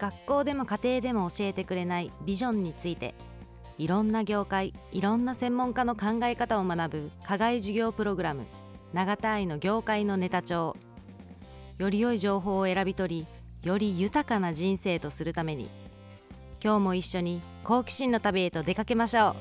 学校でも家庭でも教えてくれないビジョンについて、いろんな業界、いろんな専門家の考え方を学ぶ課外授業プログラム、永田愛の業界のネタ帳。より良い情報を選び取り、より豊かな人生とするために、今日も一緒に好奇心の旅へと出かけましょう。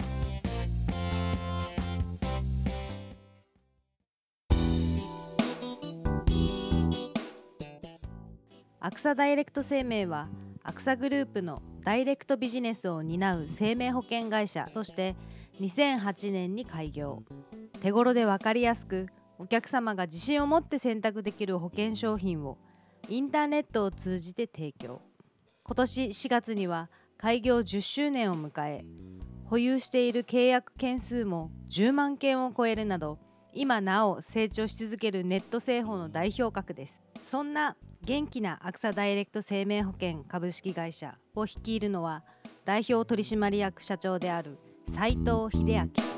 アクサダイレクト生命は、アクサグループのダイレクトビジネスを担う生命保険会社として2008年に開業。手頃で分かりやすく、お客様が自信を持って選択できる保険商品をインターネットを通じて提供。今年4月には開業10周年を迎え、保有している契約件数も10万件を超えるなど、今なお成長し続けるネット製法の代表格です。そんな元気なアクサダイレクト生命保険株式会社を率いるのは、代表取締役社長である斉藤秀明氏。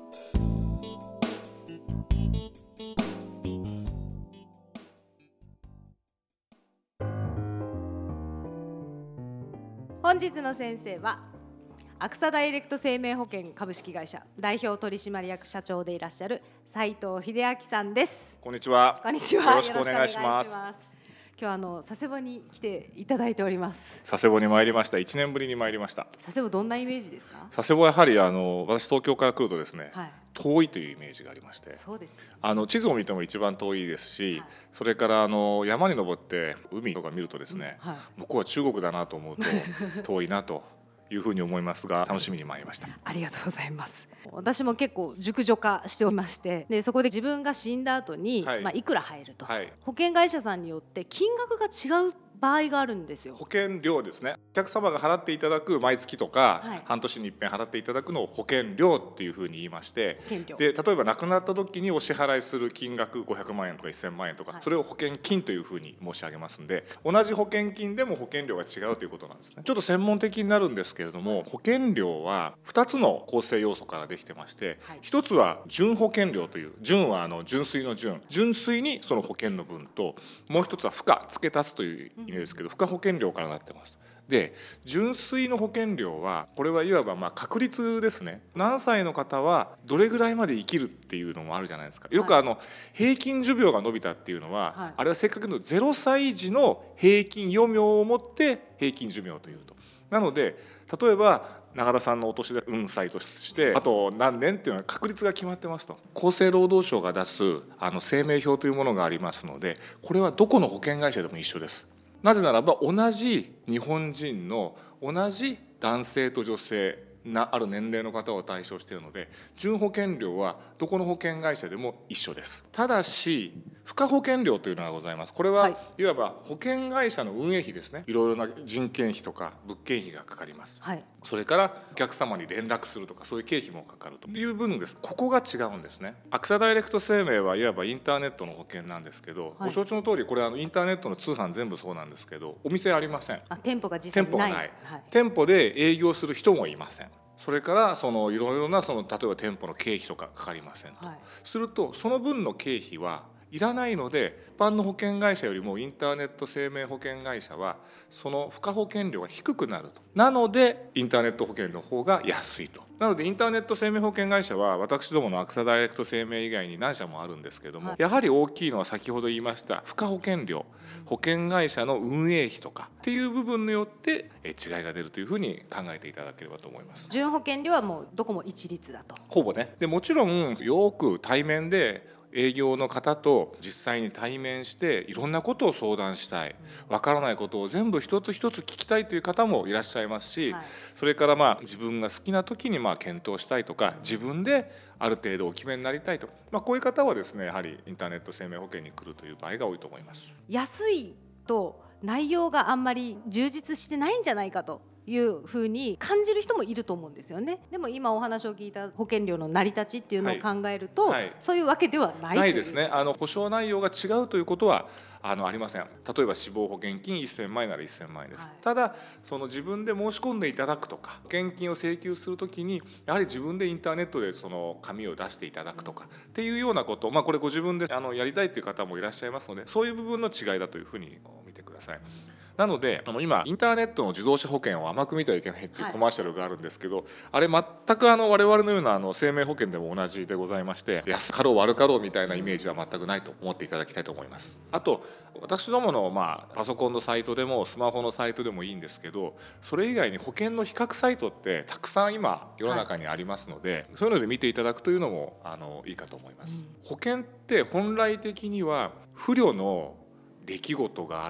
本日の先生はアクサダイレクト生命保険株式会社代表取締役社長でいらっしゃる斉藤秀明さんです。 こんにちは。 こんにちは。 よろしくお願いします。 今日は佐世保に来ていただいております。 佐世保に参りました。1年ぶりに参りました。 佐世保どんなイメージですか？ 佐世保はやはり私東京から来るとですね、 はい、 遠いというイメージがありまして、 そうです。 地図を見ても一番遠いですし、はい、それから山に登って海とか見るとですね、はい、向こうは中国だなと思うと遠いなというふうに思いますが、楽しみに参りました。 ありがとうございます。私も結構熟女化しておりまして、でそこで自分が死んだ後に、いくら入ると、保険会社さんによって金額が違う場合があるんですよ。 保険料ですね。お客様が払っていただく毎月とか、半年に一遍払っていただくのを保険料っていうふうに言いまして、で例えば亡くなった時にお支払いする金額500万円とか1000万円とか、それを保険金というふうに申し上げますんで、同じ保険金でも保険料が違うということなんですね。ちょっと専門的になるんですけれども、保険料は2つの構成要素からできてまして、1つは純保険料という、純は純粋の純粋にその保険の分と、もう1つは付加付け足すという意味ですけど、付加保険料からなってます。で純粋の保険料は、これはいわば確率ですね。何歳の方はどれぐらいまで生きるっていうのもあるじゃないですか。よく平均寿命が伸びたっていうのは、あれはせっかくの0歳児の平均余命をもって平均寿命というと。なので例えば永田さんのお年で歳としてあと何年っていうのは確率が決まってますと。厚生労働省が出す生命表というものがありますので、これはどこの保険会社でも一緒です。なぜならば、同じ日本人の同じ男性と女性ある年齢の方を対象しているので、純保険料はどこの保険会社でも一緒です。ただし付加保険料というのがございます。これはいわば保険会社の運営費ですね。いろいろな人件費とか物件費がかかります、それからお客様に連絡するとか、そういう経費もかかるという分です。ここが違うんですね。アクサダイレクト生命はいわばインターネットの保険なんですけど、ご承知の通り、これインターネットの通販全部そうなんですけど、お店ありません。 店舗が実際にない。 店舗で営業する人もいません。それからいろいろな例えば店舗の経費とかかかりませんと、するとその分の経費はいらないので、一般の保険会社よりもインターネット生命保険会社はその付加保険料が低くなると。なのでインターネット保険の方が安いと。なのでインターネット生命保険会社は私どものアクサダイレクト生命以外に何社もあるんですけども、やはり大きいのは先ほど言いました付加保険料、保険会社の運営費とかっていう部分によって違いが出るというふうに考えていただければと思います。 純保険料はもうどこも一律だと。 ほぼね。でもちろんよく対面で営業の方と実際に対面していろんなことを相談したい、わからないことを全部一つ一つ聞きたいという方もいらっしゃいますし、それから自分が好きな時に検討したいとか、自分である程度お決めになりたいと、こういう方はですね、やはりインターネット生命保険に来るという場合が多いと思います。 安いと内容があんまり充実してないんじゃないかというふうに感じる人もいると思うんですよね。でも今お話を聞いた保険料の成り立ちっていうのを考えると、そういうわけではないですね。保証内容が違うということはありません。例えば死亡保険金1000万円なら1000万円です、ただその自分で申し込んでいただくとか、保険金を請求するときにやはり自分でインターネットでその紙を出していただくとかっていうようなこと、これご自分でやりたいという方もいらっしゃいますので、そういう部分の違いだというふうに見てください。 なので今インターネットの自動車保険を甘く見てはいけないっていうコマーシャルがあるんですけど、あれ全く我々のような生命保険でも同じでございまして、安かろう悪かろうみたいなイメージは全くないと思っていただきたいと思います。あと私どものパソコンのサイトでもスマホのサイトでもいいんですけど、それ以外に保険の比較サイトってたくさん今世の中にありますので、そういうので見ていただくというのもいいかと思います。保険って本来的には不慮の出来事があって、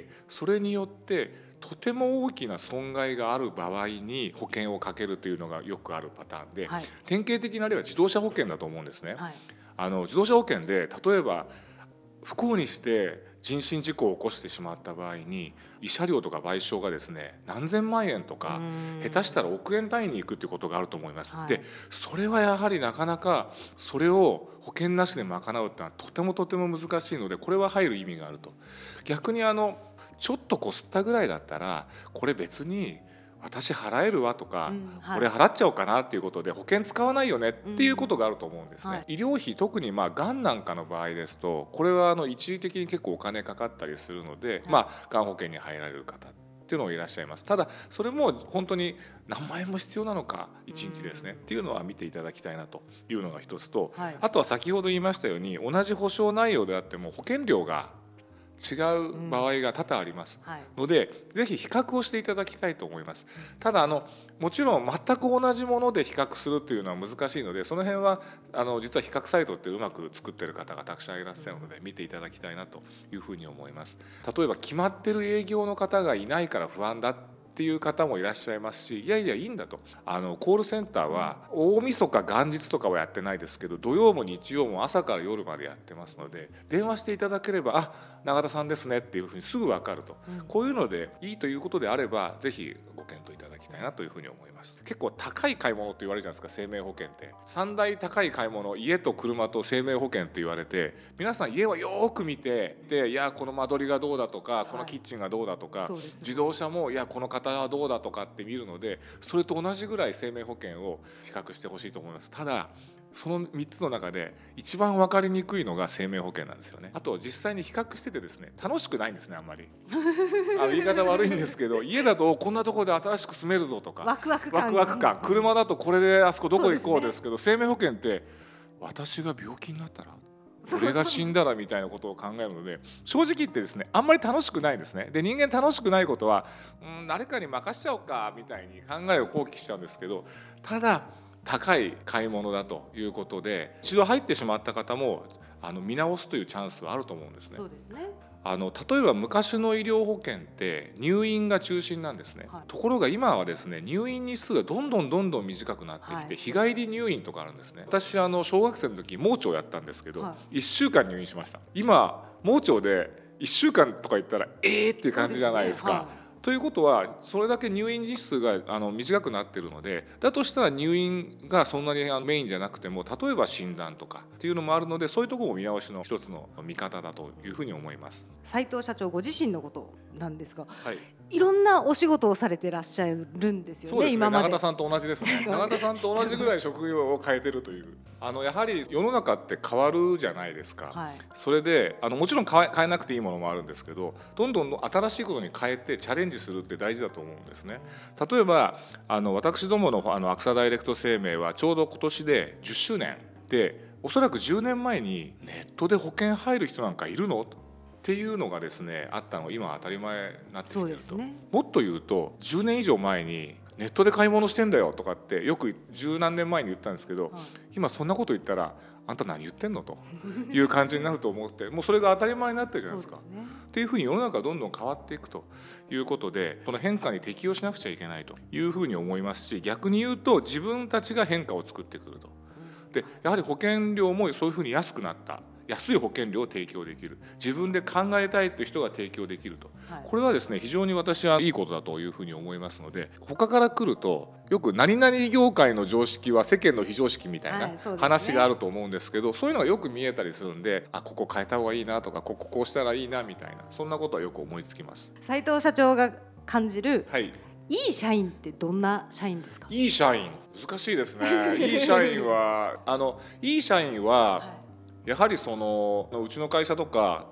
それによってとても大きな損害がある場合に保険をかけるというのがよくあるパターンで、典型的な例は自動車保険だと思うんですね。自動車保険で例えば不幸にして人身事故を起こしてしまった場合に慰謝料とか賠償がですね何千万円とか下手したら億円単位にいくということがあると思います。でそれはやはりなかなかそれを保険なしで賄うっていうのはとても難しいので、これは入る意味があると。逆にちょっとこすったぐらいだったらこれ別に私払えるわとか、これ払っちゃおうかなっていうことで保険使わないよねっていうことがあると思うんですね。医療費、特にがんなんかの場合ですと、これは一時的に結構お金かかったりするので、がん保険に入られる方っていうのもいらっしゃいます。ただそれも本当に何万円も必要なのか1日ですねっていうのは見ていただきたいなというのが一つと、あとは先ほど言いましたように同じ保証内容であっても保険料が違う場合が多々ありますので、ぜひ比較をしていただきたいと思います。ただもちろん全く同じもので比較するというのは難しいので、その辺は実は比較サイトってうまく作っている方がたくさんいらっしゃるので見ていただきたいなというふうに思います。例えば決まってる営業の方がいないから不安だっていう方もいらっしゃいますし、いやいいんだと。コールセンターは大晦日元日とかはやってないですけど、土曜も日曜も朝から夜までやってますので、電話していただければ永田さんですねっていうふうにすぐ分かると、こういうのでいいということであればぜひご検討いただきたいなというふうに思います。結構高い買い物って言われるじゃないですか、生命保険って。3大高い買い物、家と車と生命保険って言われて、皆さん家はよく見て、でいやこの間取りがどうだとか、このキッチンがどうだとか、自動車もいやこの方はどうだとかって見るので、それと同じぐらい生命保険を比較してほしいと思います。ただその3つの中で一番分かりにくいのが生命保険なんですよね。あと実際に比較しててですね、楽しくないんですね。あんまり言い方悪いんですけど、家だとこんなところで新しく住めるぞとかワクワク感、車だとこれであそこどこ行こうですけど、生命保険って私が病気になったら、俺が死んだらみたいなことを考えるので、正直言ってですねあんまり楽しくないんですね。で人間楽しくないことは誰かに任しちゃおうかみたいに考えを放棄しちゃうんですけど、ただ高い買い物だということで一度入ってしまった方も見直すというチャンスはあると思うんですね。 そうですね。 例えば昔の医療保険って入院が中心なんですね。ところが今はですね入院日数がどんどん短くなってきて、日帰り入院とかあるんですね。私小学生の時盲腸やったんですけど、1週間入院しました。今盲腸で1週間とか言ったらっていう感じじゃないですか。ということはそれだけ入院日数が短くなっているので、だとしたら入院がそんなにメインじゃなくても、例えば診断とかっていうのもあるので、そういうところも見直しの一つの見方だというふうに思います。 斉藤社長ご自身のことなんですが、いろんなお仕事をされてらっしゃるんですよね。 そうですね、 今まで永田さんと同じですね永田さんと同じぐらい職業を変えてるというやはり世の中って変わるじゃないですか。それでもちろん変えなくていいものもあるんですけど、どんどん新しいことに変えてチャレンジするって大事だと思うんですね。例えば私どものアクサダイレクト生命はちょうど今年で10周年で、おそらく10年前にネットで保険入る人なんかいるのっていうのがですねあったのが今当たり前になってきていると、もっと言うと10年以上前にネットで買い物してんだよとかってよく十何年前に言ったんですけど、今そんなこと言ったらあんた何言ってんのという感じになると思って、もうそれが当たり前になってるじゃないですか。っていうふうに世の中どんどん変わっていくということで、この変化に適応しなくちゃいけないというふうに思いますし、逆に言うと自分たちが変化を作ってくると。でやはり保険料もそういうふうに安くなった、安い保険料を提供できる、自分で考えたいという人が提供できると、これはですね非常に私はいいことだというふうに思いますので、他から来るとよく何々業界の常識は世間の非常識みたいな話があると思うんですけど、そういうのがよく見えたりするんで、ここ変えた方がいいなとか、ここうしたらいいなみたいな、そんなことはよく思いつきます。 斉藤社長が感じる、いい社員ってどんな社員ですか？ いい社員難しいですねいい社員はいい社員はやはりうちの会社とか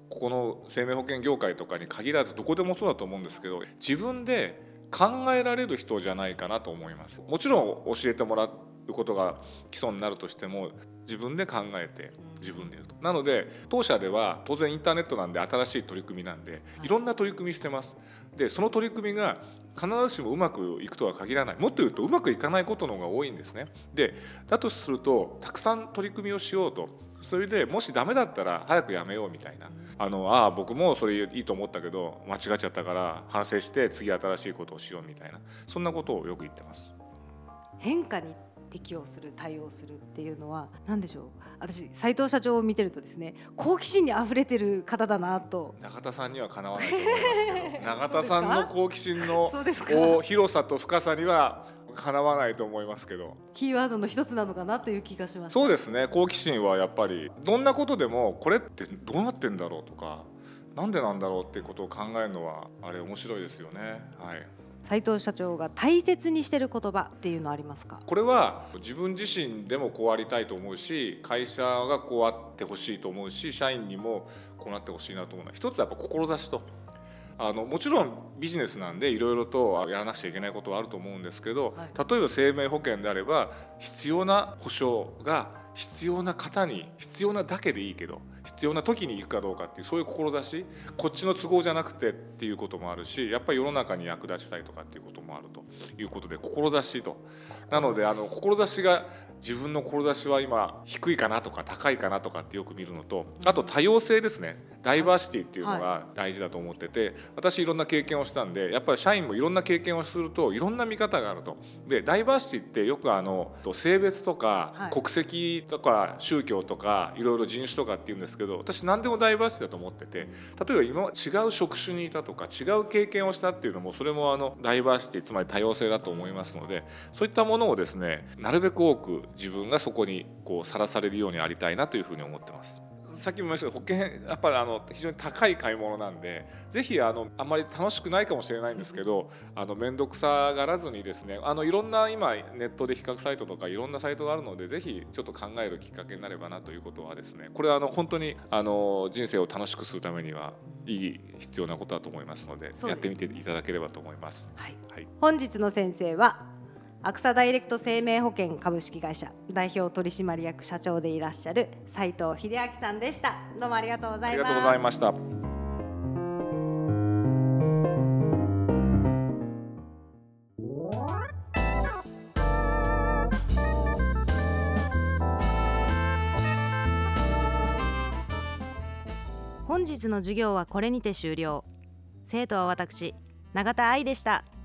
ここの生命保険業界とかに限らずどこでもそうだと思うんですけど、自分で考えられる人じゃないかなと思います。もちろん教えてもらうことが基礎になるとしても、自分で考えて自分でやると。なので当社では当然インターネットなんで新しい取り組みなんでいろんな取り組みしてます。でその取り組みが必ずしもうまくいくとは限らない、もっと言うとうまくいかないことの方が多いんですね。でだとするとたくさん取り組みをしようと、それでもしダメだったら早くやめようみたいな、僕もそれいいと思ったけど間違っちゃったから反省して次新しいことをしようみたいな、そんなことをよく言ってます。 変化に適応する、対応するっていうのは何でしょう。私斉藤社長を見てるとですね、好奇心にあふれてる方だなと。 永田さんにはかなわないと思いますけど永田さんの好奇心の広さと深さにはかなわないと思いますけど、 キーワードの一つなのかなという気がします。 そうですね、好奇心はやっぱりどんなことでもこれってどうなってんだろうとか、なんでなんだろうっていうことを考えるのはあれ面白いですよね。はい。 斉藤社長が大切にしている言葉っていうのはありますか？ これは自分自身でもこうありたいと思うし、会社がこうあってほしいと思うし、社員にもこうなってほしいなと思うのは、一つはやっぱ志と、もちろんビジネスなんでいろいろとやらなくちゃいけないことはあると思うんですけど、例えば生命保険であれば必要な保証が必要な方に必要なだけでいいけど必要な時に行くかどうかっていう、そういう志、こっちの都合じゃなくてっていうこともあるし、やっぱり世の中に役立ちたいとかっていうこともあるということで、志と、なので志が、自分の志は今低いかなとか高いかなとかってよく見るのと、あと多様性ですね。ダイバーシティっていうのが大事だと思ってて、私いろんな経験をしたんで、やっぱり社員もいろんな経験をするといろんな見方があると。でダイバーシティってよく性別とか国籍とか宗教とかいろいろ人種とかっていうんですけど、私何でもダイバーシティだと思ってて、例えば今違う職種にいたとか違う経験をしたっていうのも、それもダイバーシティ、つまり多様性だと思いますので、そういったものをですね、なるべく多く自分がそこにさらされるようにありたいなというふうに思ってます。さっきも言いましたけど、保険やっぱり非常に高い買い物なんで、ぜひあんまり楽しくないかもしれないんですけど、面倒くさがらずにですね、いろんな今ネットで比較サイトとかいろんなサイトがあるので、ぜひちょっと考えるきっかけになればなということはですね、これは本当に人生を楽しくするためにはいい必要なことだと思いますので、やってみていただければと思います。 はいはい、本日の先生はアクサダイレクト生命保険株式会社代表取締役社長でいらっしゃる斉藤秀明さんでした。どうもありがとうございます。 ありがとうございました。 本日の授業はこれにて終了。生徒は私、永田愛でした。